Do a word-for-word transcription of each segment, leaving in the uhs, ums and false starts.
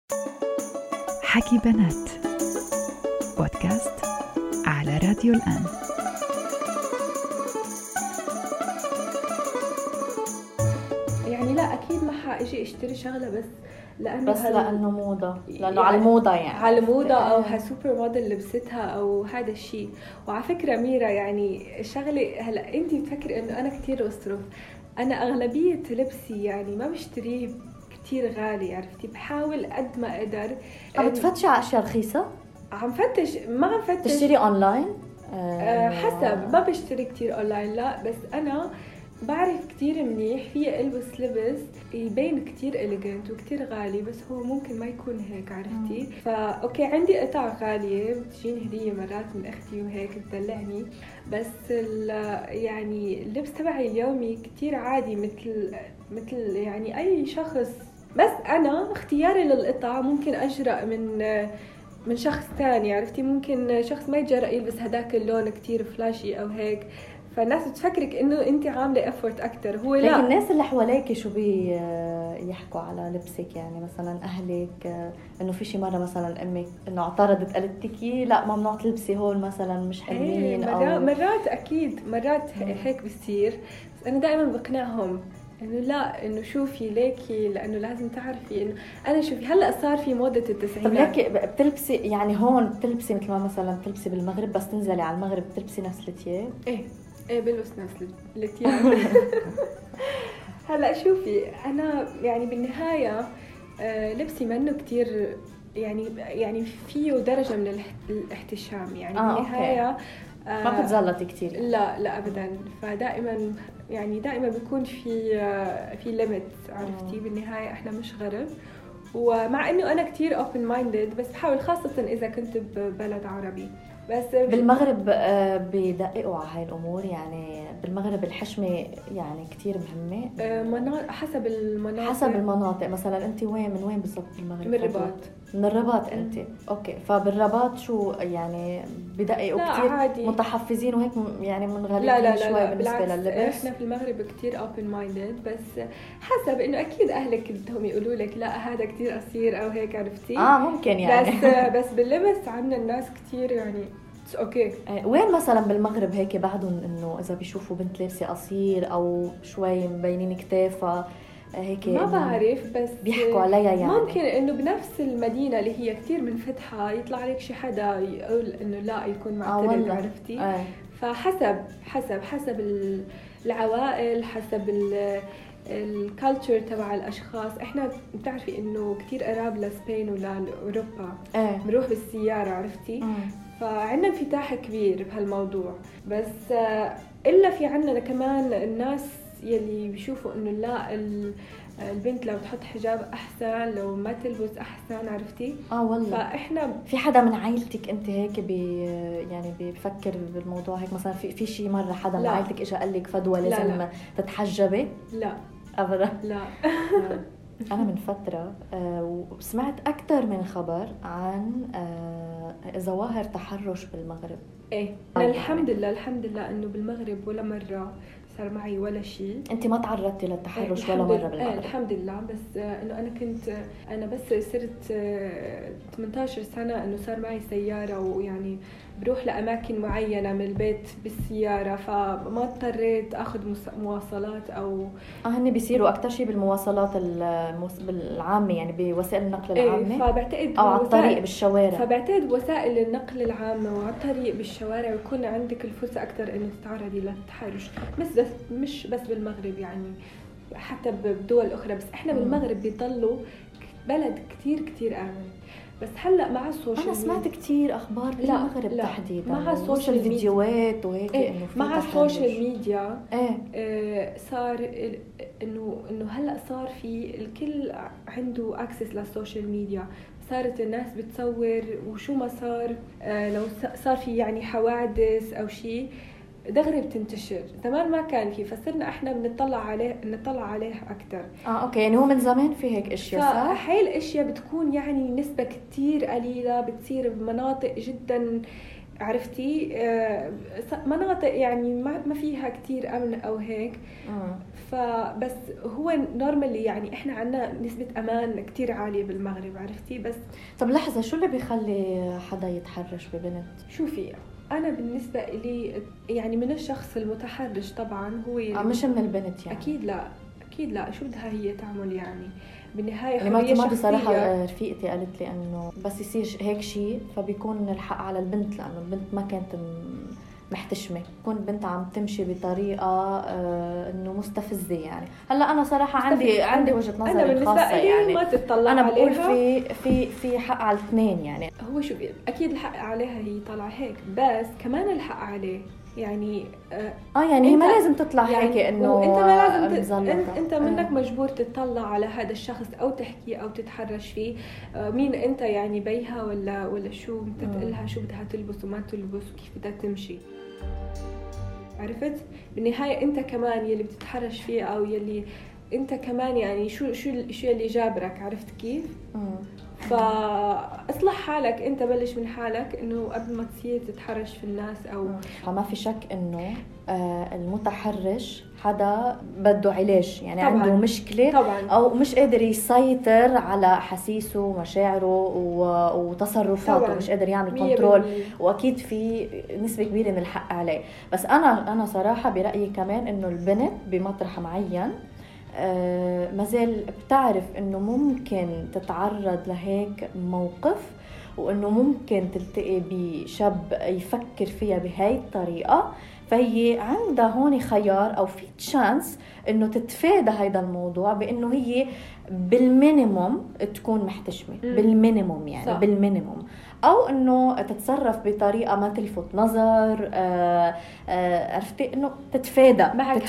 حكي بنات بودكاست على راديو الآن. يعني لا أكيد ما حاجي اشتري شغلة بس لأنه بس هل... لأنه موضة، لأنه يعني على الموضة يعني على الموضة أو هالسوبر موديل لبستها أو هذا الشيء. وعلى فكرة ميرا يعني الشغلة هلأ أنتي بتفكري إنه أنا كتير أصرف، أنا أغلبية لبسي يعني ما بشتريه كتير غالي، عرفتي؟ بحاول قد ما أقدر. عم تفتشي على أشياء رخيصة؟ عم فتش ما عم فتش تشتري أونلاين؟ أه حسب، ما بشتري كتير أونلاين لا، بس أنا بعرف كتير منيح في ألبس لبس يبين كتير إليجنت وكتير غالي بس هو ممكن ما يكون هيك، عرفتي؟ فا أوكي عندي قطع غالية بتجيني هدية مرات من أختي وهيك تدلعني، بس يعني اللبس تبعي اليومي كتير عادي مثل مثل يعني أي شخص. بس أنا اختياري للقطع ممكن أجرأ من من شخص تاني، عرفتي؟ ممكن شخص ما يتجرأ يلبس هداك اللون كتير فلاشي أو هيك، فالناس بتفكرك إنه أنت عاملة إفورت أكتر. هو لا، لكن الناس اللي حواليك شو بي يحكوا على لبسك؟ يعني مثلا أهلك إنه في شي مرة مثلا أمك إنه اعترضت قالت لك لا ممنوع تلبسي هون مثلا مش حلوين مرات أو مرات أكيد مرات هيك بصير، بس أنا دائما بقنعهم إنه لا، إنه شوفي ليكي لأنه لازم تعرفي إنه أنا شوفي هلأ صار في موضة التسعينات. طب ليكي بتلبسي يعني هون بتلبسي مثل ما مثلا بتلبسي بالمغرب بس تنزلي على المغرب بتلبسي نفس الثياب؟ إيه إيه بلبس نفس الثياب. هلأ شوفي أنا يعني بالنهاية آه لبسي منه كتير يعني يعني فيه درجة من الاحتشام يعني آه بالنهاية آه ما بتزلطي كتير. لا لا أبدا، فدائما يعني دائما بيكون في آه في ليميت، عرفتي؟ آه. بالنهاية احنا مش غرب، ومع انه انا كتير open minded بس بحاول خاصة اذا كنت ببلد عربي. بس بالمغرب بيدققوا على هاي الأمور، يعني بالمغرب الحشمة يعني كتير مهمة. مناطق حسب المناطق حسب المناطق. مثلا أنت وين من وين بالضبط بالمغرب؟ من الرباط. من الرباط أنت؟ أوكي، فبالرباط شو يعني بدققوا كتير عادي. متحفزين وهيك يعني منغلقين لا لا لا شوي لا بالنسبة بالعكس. لللبس؟ احنا في المغرب كتير open minded، بس حسب انه اكيد اهلك بدهم يقولوا لك لا هذا كتير قصير او هيك، عرفتي؟ اه ممكن يعني. بس بس باللبس عندنا الناس كتير يعني اوكي. وين مثلا بالمغرب هيك بعدهم انه اذا بيشوفوا بنت لابسه قصير او شوي مبينين كتافها هيك ما بعرف، بس بيحكوا عليها يعني ممكن انه بنفس المدينه اللي هي كتير منفتحه يطلع لك شي حدا يقول انه لا يكون معتدل، عرفتي؟ آه. فحسب حسب حسب العوائل، حسب الكالتشر تبع الاشخاص. احنا بتعرفي انه كتير قراب لسبين ولاوروبا آه. بنروح بالسياره، عرفتي؟ آه. فعندنا انفتاح كبير بهالموضوع، بس إلا في عندنا كمان الناس يلي بيشوفوا إنه لا البنت لو تحط حجاب أحسن، لو ما تلبس أحسن، عرفتي؟ آه والله. فإحنا في حدا من عائلتك أنت هيك بي يعني بيفكر بالموضوع هيك مثلا في في شيء مرة حدا من عائلتك إجا قال لك فدوى لازم لا لا. تتحجبي؟ لا أبدا لا. أنا من فترة سمعت أكثر من خبر عن ظواهر تحرش بالمغرب. إيه أنا الحمد لله الحمد لله إنه بالمغرب ولا مرة صار معي ولا شيء. أنت ما تعرضتي للتحرش ولا مرة بالمغرب؟ إيه الحمد لله، بس إنه أنا كنت أنا بس صرت ثمانية عشر سنة إنه صار معي سيارة ويعني بروح لأماكن معينة من البيت بالسيارة، فما اضطريت أخذ مواصلات أو آه هني بيصيروا أكتر شيء بالمواصلات بالعامة يعني بوسائل النقل العامة. إيه فبعتقد أو على الطريق بالشوارع. فبعتقد وسائل النقل العامة وعلى الطريق بالشوارع يكون عندك الفرصة أكتر إنه تتعرضي للتحرش، بس مش بس بالمغرب يعني حتى بدول أخرى، بس إحنا بالمغرب بيضلوا بلد كتير كتير آمن. بس هلا مع السوشيال انا سمعت كتير اخبار بالمغرب تحديدا مع السوشيال فيديوهات وهيك ايه انه مع السوشيال ميديا ايه آه صار انه انه هلا صار في الكل عنده اكسس للسوشيال ميديا، صارت الناس بتصور وشو ما صار آه لو صار في يعني حوادث او شيء دغري بتنتشر. زمان ما كان في، فصرنا احنا بنطلع عليه نطلع عليه اكثر. اه اوكي يعني هو من زمان في هيك اشياء صح؟ فهاي الاشياء بتكون يعني نسبة كتير قليلة بتصير بمناطق جدا عرفتي آه، مناطق يعني ما ما فيها كتير امن او هيك. فبس هو نورمالي يعني احنا عنا نسبة امان كتير عالية بالمغرب، عرفتي. بس طب لحظة، شو اللي بيخلي حدا يتحرش ببنت؟ شوفي انا بالنسبة لي يعني من الشخص المتحرش طبعا هو آه مش من البنت يعني. اكيد لا اكيد لا، شو بدها هي تعمل يعني بالنهاية حرية شخصية. الماضي صراحة رفيقتي قالت لي انه بس يصير هيك شيء فبيكون الحق على البنت، لانه البنت ما كانت محتشمة، تكون البنت عم تمشي بطريقة آه انه مستفزة يعني. هلا انا صراحة عندي عندي وجهة نظر خاصة يعني، ما تطلع انا بقول عليها. في في في حق على الاثنين يعني. هو شو اكيد الحق عليها هي طالعة هيك، بس كمان الحق عليه يعني اه, آه يعني هي ما لازم تطلع يعني هيك انه انت ما لازم ت... انت, انت منك آه. مجبور تطلع على هذا الشخص او تحكي او تتحرش فيه. آه مين انت يعني بيها ولا ولا شو انت تقلها شو بدها تلبس وما تلبس وكيف بدها تمشي، عرفت؟ بالنهاية انت كمان يلي بتتحرش فيه او يلي انت كمان يعني شو شو شو اللي جابرك، عرفت كيف؟ مم. فاصلح حالك انت، بلش من حالك انه قبل ما تصير تتحرش في الناس. او ما في شك انه المتحرش حدا بده علاج يعني، طبعاً. عنده مشكلة طبعاً. او مش قادر يسيطر على احاسيسه ومشاعره وتصرفاته، طبعاً. مش قادر يعمل كنترول، واكيد في نسبة كبيرة من الحق عليه. بس انا انا صراحة برأيي كمان انه البنت بمطرح معين آه مازال بتعرف انه ممكن تتعرض لهيك موقف، وانه ممكن تلتقي بشاب يفكر فيها بهاي الطريقة، فهي عندها هون خيار او في تشانس انه تتفادى هيدا الموضوع بانه هي بالمينيموم تكون محتشمة. م. بالمينيموم يعني صح. بالمينيموم، او انه تتصرف بطريقه ما تلفت نظر. آه آه عرفتي انه تتفادى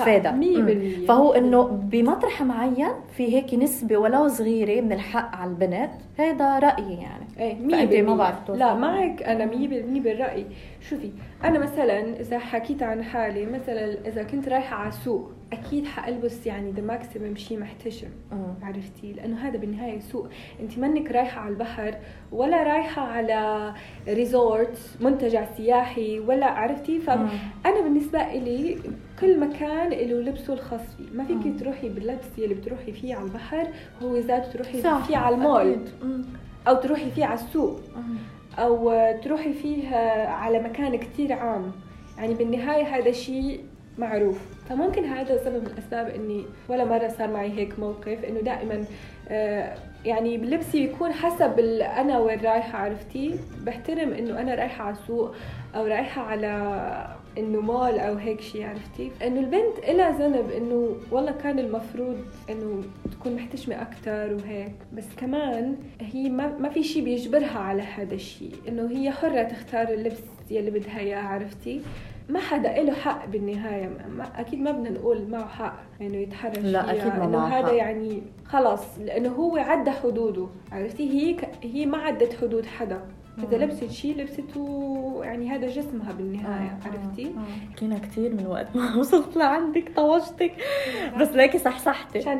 تتفادى فهو انه بمطرح معين في هيك نسبه ولو صغيره من الحق على البنت. هذا رايي يعني. ايه ما بعرف. لا معك انا مية بالمية بالراي. شوفي انا مثلا اذا حكيت عن حالي، مثلا اذا كنت رايحه على سوق اكيد حالبس يعني ذا ماكسيمم شيء محتشم. أه. عرفتي؟ لانه هذا بالنهايه سوق، انت منك رايحه على البحر ولا رايحه على ريزورت منتجع سياحي ولا، عرفتي؟ فانا بالنسبه لي كل مكان له لبسه الخاص فيه. ما فيك أه. تروحي باللبس اللي بتروحي فيه على البحر هو ذات تروحي صح. فيه على المول او تروحي فيه على السوق أه. او تروحي فيه على مكان كتير عام. يعني بالنهايه هذا شيء معروف. فممكن هذا سبب من الأسباب إني ولا مرة صار معي هيك موقف، إنه دائما آه يعني بلبسي بيكون حسب أنا وين رايحة. عرفتي؟ بحترم إنه أنا رايحة على سوق أو رايحة على إنه مول أو هيك شيء. عرفتي؟ إنه البنت إلها ذنب، إنه والله كان المفروض إنه تكون محتشمة أكتر وهيك، بس كمان هي ما ما في شيء بيجبرها على هذا الشيء، إنه هي حرة تختار اللبس يلي بدها إياه. عرفتي؟ ما حدا له حق بالنهاية. ما أكيد ما بدنا نقول معه حق إنه يتحرش. لا أكيد ما إنه هذا يعني خلاص، لأنه هو عدى حدوده. عرفتي؟ هي ك... هي ما عدت حدود حدا. إذا لبست شيء لبسته يعني هذا جسمها بالنهاية. آه عرفتي؟ حكينا كتير من وقت ما وصلت لعندك طوشتك، بس ليكي صحصحتي صح؟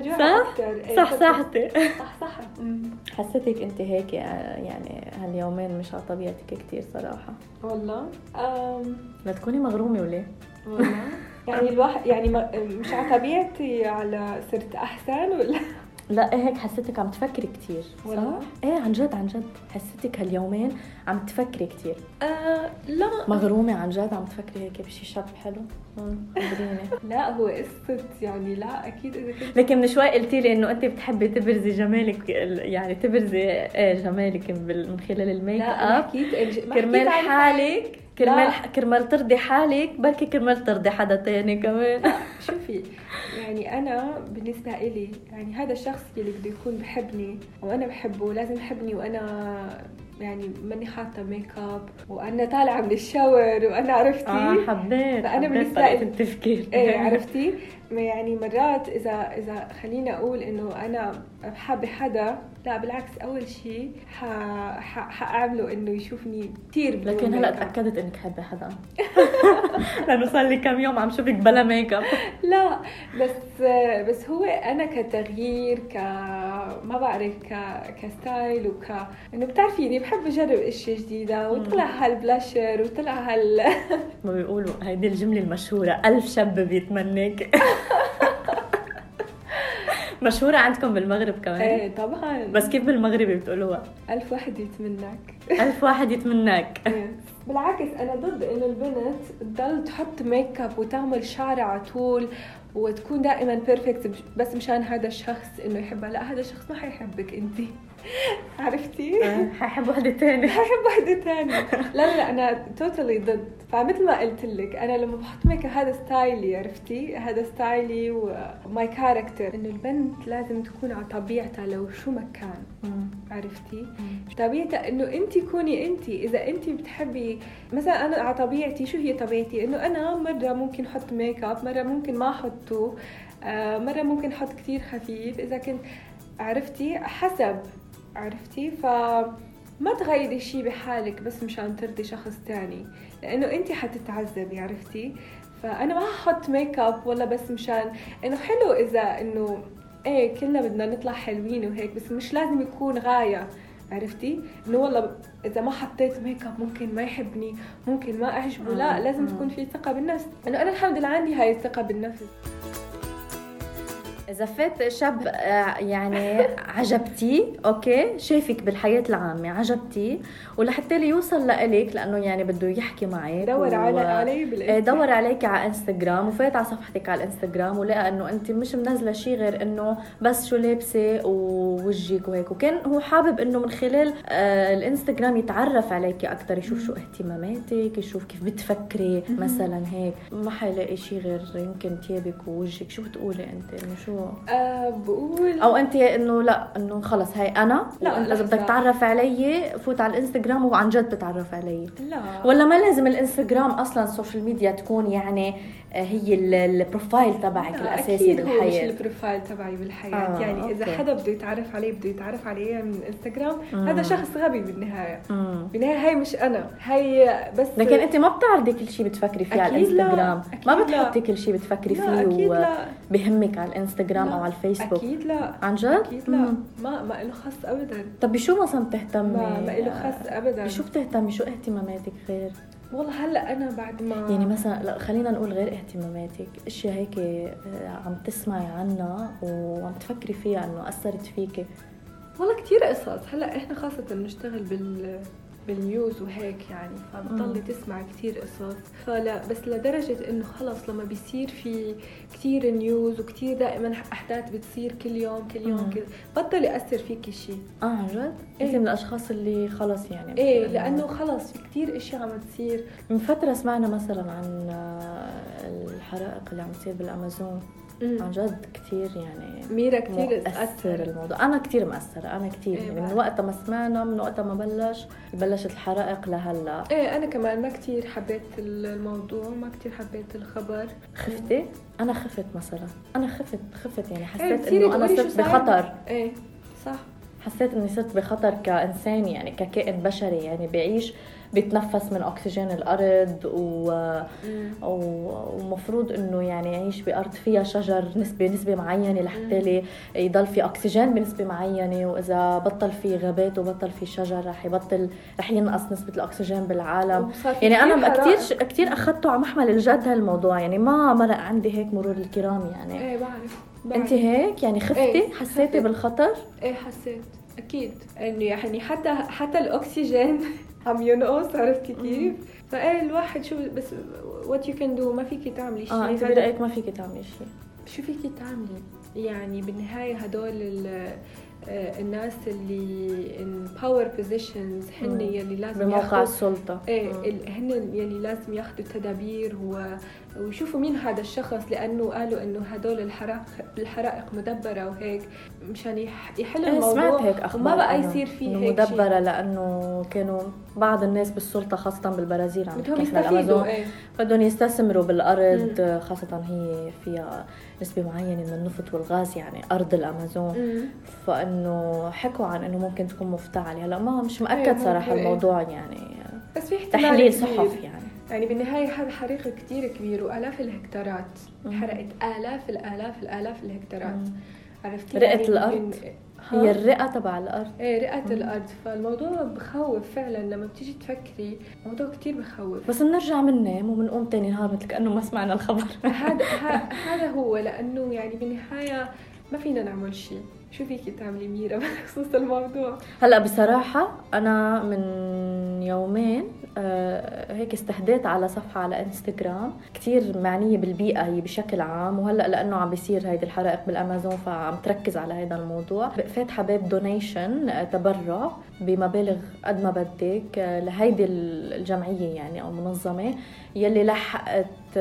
صحصحتي صحصحت. حسيتك أنت هيك يعني هاليومين مش على طبيعتك كتير صراحة. والله أم... لا تكوني مغرومة ولا؟ والله يعني الواحد يعني مش على طبيعتي، على صرت أحسن ولا؟ لا هيك حسيتك عم تفكري كتير صح؟ ايه عن جد عن جد حسيتك هاليومين عم تفكري كتير. آه لا مغرومة عن جد عم تفكري هيك بشي شاب حلو. خبريني. لا هو قصة يعني لا أكيد إذا كنت، لكن من شوي قلتي لي إنه أنت بتحبي تبرزي جمالك، يعني تبرزي إيه جمالك من خلال الميك اب. كرمال حالك، كرمال كرمال ترضي حالك، بركي كرمال ترضي حدا تاني كمان. شوفي يعني أنا بالنسبة إلي يعني هذا الشخص اللي بده يكون بحبني وأنا بحبه لازم يحبني، وأنا يعني ماني حاطة ميك اب وأنا طالعة من الشاور وأنا عرفتي. آه حبيت. فأنا بالنسبة لي التفكير. إيه عرفتي يعني مرات إذا إذا خلينا أقول إنه أنا بحب حدا، لا بالعكس أول شيء ح ح حأعمله إنه يشوفني كتير. لكن هلا تأكدت إنك حبي حدا لأنه صار لي كم يوم عم شوفك بلا ميك اب. لا بس بس هو أنا كتغيير ك ما بعرف ك كستايل وك انه بتعرفيني بحب اجرب اشياء جديده، وطلع هالبلاشر وطلع هال ما بيقولوا هيدي الجمله المشهوره ألف شاب بيتمناك. مشهورة عندكم بالمغرب كمان؟ ايه طبعا. بس كيف بالمغربي بتقولوها؟ ألف واحد يتمناك. ألف واحد يتمناك. بالعكس أنا ضد إنه البنت تضل تحط ميك اب وتعمل شعرها على طول وتكون دائما بيرفكت بس مشان هذا الشخص إنه يحبها. لا، هذا الشخص ما حيحبك أنتي. عرفتي؟ حيحب واحدة تانية. حيحب واحدة تانية. لا لا أنا توتالي ضد. فمثل ما قلت لك أنا لما بحط ميك اب هذا ستايلي، عرفتي؟ هذا ستايلي وماي كاركتر. إنه البنت لازم تكون على طبيعتها لو شو مكان. عرفتي؟ طبيعتها إنه أنتي كوني أنتي. إذا أنتي بتحبي مثلا أنا على طبيعتي، شو هي طبيعتي؟ إنه أنا مرة ممكن أحط ميك اب، مرة ممكن ما أحطه، مرة ممكن أحط كتير خفيف إذا كنت، عرفتي؟ حسب، عرفتي؟ فما تغيري شيء بحالك بس مشان ترضي شخص تاني، لأنه أنتي حتتعذبي، عرفتي؟ فأنا ما أحط ميك اب ولا بس مشان إنه حلو، إذا إنه إيه كلنا بدنا نطلع حلوين وهيك، بس مش لازم يكون غاية، عرفتي؟ إنه والله إذا ما حطيت ميك اب ممكن ما يحبني، ممكن ما أعجبه. لا، لازم تكون في ثقة بالنفس. إنه أنا الحمد لله عندي هاي الثقة بالنفس. إذا فات شاب يعني عجبتي، أوكي، شايفك بالحياة العامة عجبتي ولحتى لي يوصل لإلك لأنه يعني بده يحكي معك، دور و... على علي بالإنستغرام، دور عليك على إنستغرام وفات على صفحتك على الإنستغرام ولقى إنه أنت مش منزلة شيء غير إنه بس شو لابسة ووجهك وهيك، وكان هو حابب إنه من خلال آه الإنستغرام يتعرف عليكي أكتر، يشوف شو اهتماماتك، يشوف كيف بتفكري مثلا هيك. ما حيلاقي شيء غير يمكن تيابك ووجهك. شو بتقولي أنت؟ إنه شو أه بقول او انت انه لا انه خلص هاي انا، لا اذا بدك تعرف علي فوت على الانستغرام وعن جد بتعرف علي؟ لا، ولا ما لازم الانستغرام اصلا السوشيال ميديا تكون يعني هي البروفايل تبعك الاساسي بالحياه؟ اكيد هو مش البروفايل تبعي بالحياه. آه، يعني اذا أوكي. حدا بده يتعرف علي بده يتعرف علي من الانستغرام، مم. هذا شخص غبي بالنهايه. مم. بالنهايه هي مش انا، هي بس. لكن انت ما بتعرضي كل شيء بتفكري فيه على الانستغرام، ما بتحطي كل شيء بتفكري فيه وبهمك على الانستغرام او على الفيسبوك. اكيد لا، عن جد اكيد لا. مم. ما ما له خص ابدا. طب بشو مثلا بتهتمي؟ ما ما له خص ابدا. بشو بتهتمي؟ شو اهتماماتك غير؟ والله هلا انا بعد ما يعني مثلا لا خلينا نقول غير اهتماماتك، اشياء هيك عم تسمعي عنها وعم تفكري فيها انه اثرت فيكي. والله كتير قصص. هلا احنا خاصه بنشتغل بال بالنيوز وهيك يعني، فبتضلي تسمع كتير قصص. فلا بس لدرجة انه خلص لما بيصير في كتير نيوز وكتير دائما احداث بتصير كل يوم كل يوم كل بطل يأثر فيكي شيء. اه عن جد؟ انت من الاشخاص اللي خلص يعني ايه، لانه خلص في كتير اشياء عم تصير. من فترة سمعنا مثلا عن الحرائق اللي عم تصير بالامازون. مم. عن جد كتير يعني ميرا كتير مؤثر الموضوع. أنا كتير مؤثرة، أنا كتير إيه يعني من وقت ما سمعنا، من وقت ما بلش بلشت الحرائق لهلا. إيه أنا كمان ما كتير حبيت الموضوع، ما كتير حبيت الخبر. خفتي؟ أنا خفت مثلا، أنا خفت خفت يعني حسيت إيه إنه أنا صرت بخطر. إيه صح، حسيت إني صرت بخطر كإنسان يعني ككائن بشري يعني بعيش بيتنفس من أكسجين الأرض و... ومفروض إنه يعني يعيش بأرض فيها شجر نسبة نسبة معينة لحتى لي يضل في أكسجين بنسبة معينة، وإذا بطل في غابات وبطل في شجر رح يبطل رح ينقص نسبة الأكسجين بالعالم. يعني أنا كتير كتير أخذته على محمل الجد هالموضوع، يعني ما مرق عندي هيك مرور الكرام يعني. إيه بعرف. أنت هيك يعني خفتي؟ إيه حسيتي خفت. بالخطر؟ إيه حسيت أكيد إنه يعني حتى حتى الأكسجين عم ينقص، عرفتي كيف؟ فايه الواحد شو بس what you can do، ما فيكي تعملي شيء. اه انت برأيك ما فيكي تعملي شيء؟ شو فيكي تعملي؟ يعني بالنهاية هدول الناس اللي in power positions هن يلي لازم بموقع السلطة، ايه هن يلي لازم ياخذوا تدابير ويشوفوا مين هذا الشخص، لأنه قالوا إنه هدول الحرائق الحرائق مدبرة وهيك مشان يحل الموضوع وما بقى يصير فيه هيك مدبرة شيء. لأنه كانوا بعض الناس بالسلطة خاصة بالبرازيل عم بدهم يستفيدوا ايه بدهم يستثمروا بالأرض. مم. خاصة هي فيها نسبة معينة من النفط والغاز يعني أرض الأمازون. مم. فإنه حكوا عن إنه ممكن تكون مفتعلة. هلا ما مش مؤكد ايه صراحة ايه. الموضوع يعني بس في تحليل صحف يعني يعني بالنهاية هذا حريق كتير كبير وآلاف الهكتارات حرقت، آلاف الآلاف الآلاف الهكتارات. عرفتي رقت يعني الأرض هي الرئة تبع الأرض. ايه رئة مم. الأرض. فالموضوع بخوف فعلا لما بتيجي تفكري، موضوع كتير بخوف. بس بنرجع بننام وبنقوم تاني نهار مثل كأنه ما سمعنا الخبر. هذا هذا هو، لأنه يعني بالنهاية ما فينا نعمل شيء. شو فيكي تعملي ميرا بخصوص الموضوع؟ هلا بصراحة أنا من يومين آه هيك استهديت على صفحة على انستغرام كتير معنية بالبيئة هي بشكل عام، وهلا لأنه عم بيصير هيدي الحرائق بالأمازون فعم تركز على هذا الموضوع. فاتحة باب دونيشن آه تبرع بمبالغ قد ما بدك آه لهيدي الجمعية يعني أو منظمة يلي لحقت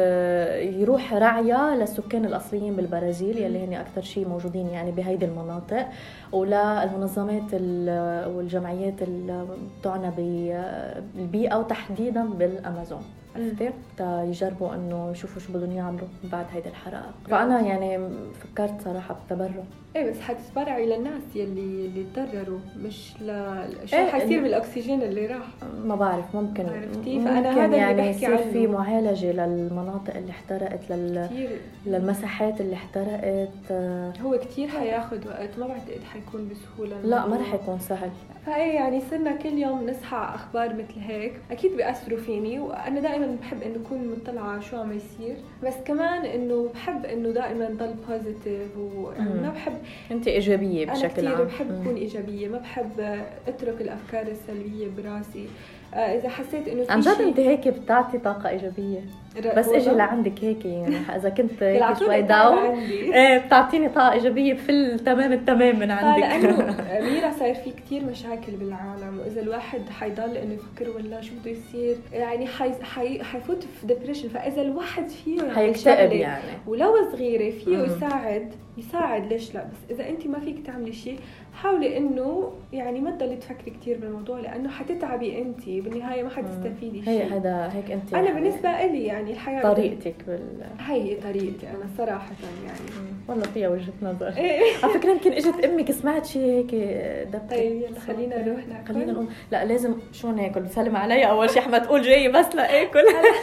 آه يروح رعية للسكان الأصليين بالبرازيل يلي هن أكثر شيء موجودين يعني بهيدي المناطق، ولا المنظمات والجمعيات اللي بتعنى بالبيئة وتحديدا بالأمازون عرفتي تا يجربوا انه يشوفوا شو بدهم يعملوا بعد هيدي الحرائق. فانا يعني فكرت صراحه بالتبرع. ايه بس حتتبرعي للناس يلي اللي تضرروا مش ل شو إيه حيصير بالاكسجين اللي راح؟ ما بعرف ممكن عرفتي. فانا هذا يعني اللي بحكي عنه، يصير في معالجه للمناطق اللي احترقت لل... للمساحات اللي احترقت. هو كتير حياخد وقت، ما بعتقد حيكون بسهوله. لا ما رح يكون سهل. فايه يعني صرنا كل يوم نصحى على اخبار مثل هيك اكيد بيأثروا فيني، وانا دائما بحب انه اكون مطلعه شو عم يصير، بس كمان انه بحب انه دائما ضل بوزيتيف، وما بحب انت ايجابيه بشكل عام. انا كثير بحب اكون ايجابيه، ما بحب اترك الافكار السلبيه براسي. اذا حسيت انه عن جد انت هيك بتعطي طاقه ايجابيه، بس اجي لعندك هيك يعني اذا كنت هيك شوي داون ايه بتعطيني طاقه ايجابيه بفل تمام التمام من عندك. لانه ميرا صاير في كتير مشاكل بالعالم، واذا الواحد حيضل انه يفكر ولا شو بده يصير يعني حي... حي... حيفوت في ديبريشن. فاذا الواحد فيه حيكتئب يعني ولو صغيره فيه يساعد يساعد ليش لا. بس اذا انت ما فيك تعملي شيء حاولي انه يعني ما تضلي تفكري كثير بالموضوع، لانه حتتعبي انت بالنهايه، ما حتستفيدي شيء. هي هذا هيك انت انا يعني بالنسبه لي يعني الحياه طريقتك بال هي هي طريقتي انا صراحه يعني. مم. والله فيها وجهه نظر. على فكره يمكن اجت امك سمعت شيء هيك دبت. طيب يلا خلينا نروح ناكل. خلينا نقوم. لا لازم شو ناكل؟ بسلم علي اول شيء احمد تقول جاي بس لاكل.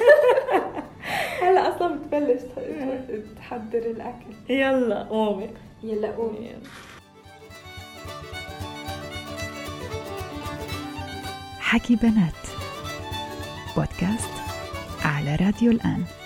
هلا اصلا بتبلش تحضر الاكل. يلا قومي يلا قومي. حكي بنات بودكاست على راديو الآن.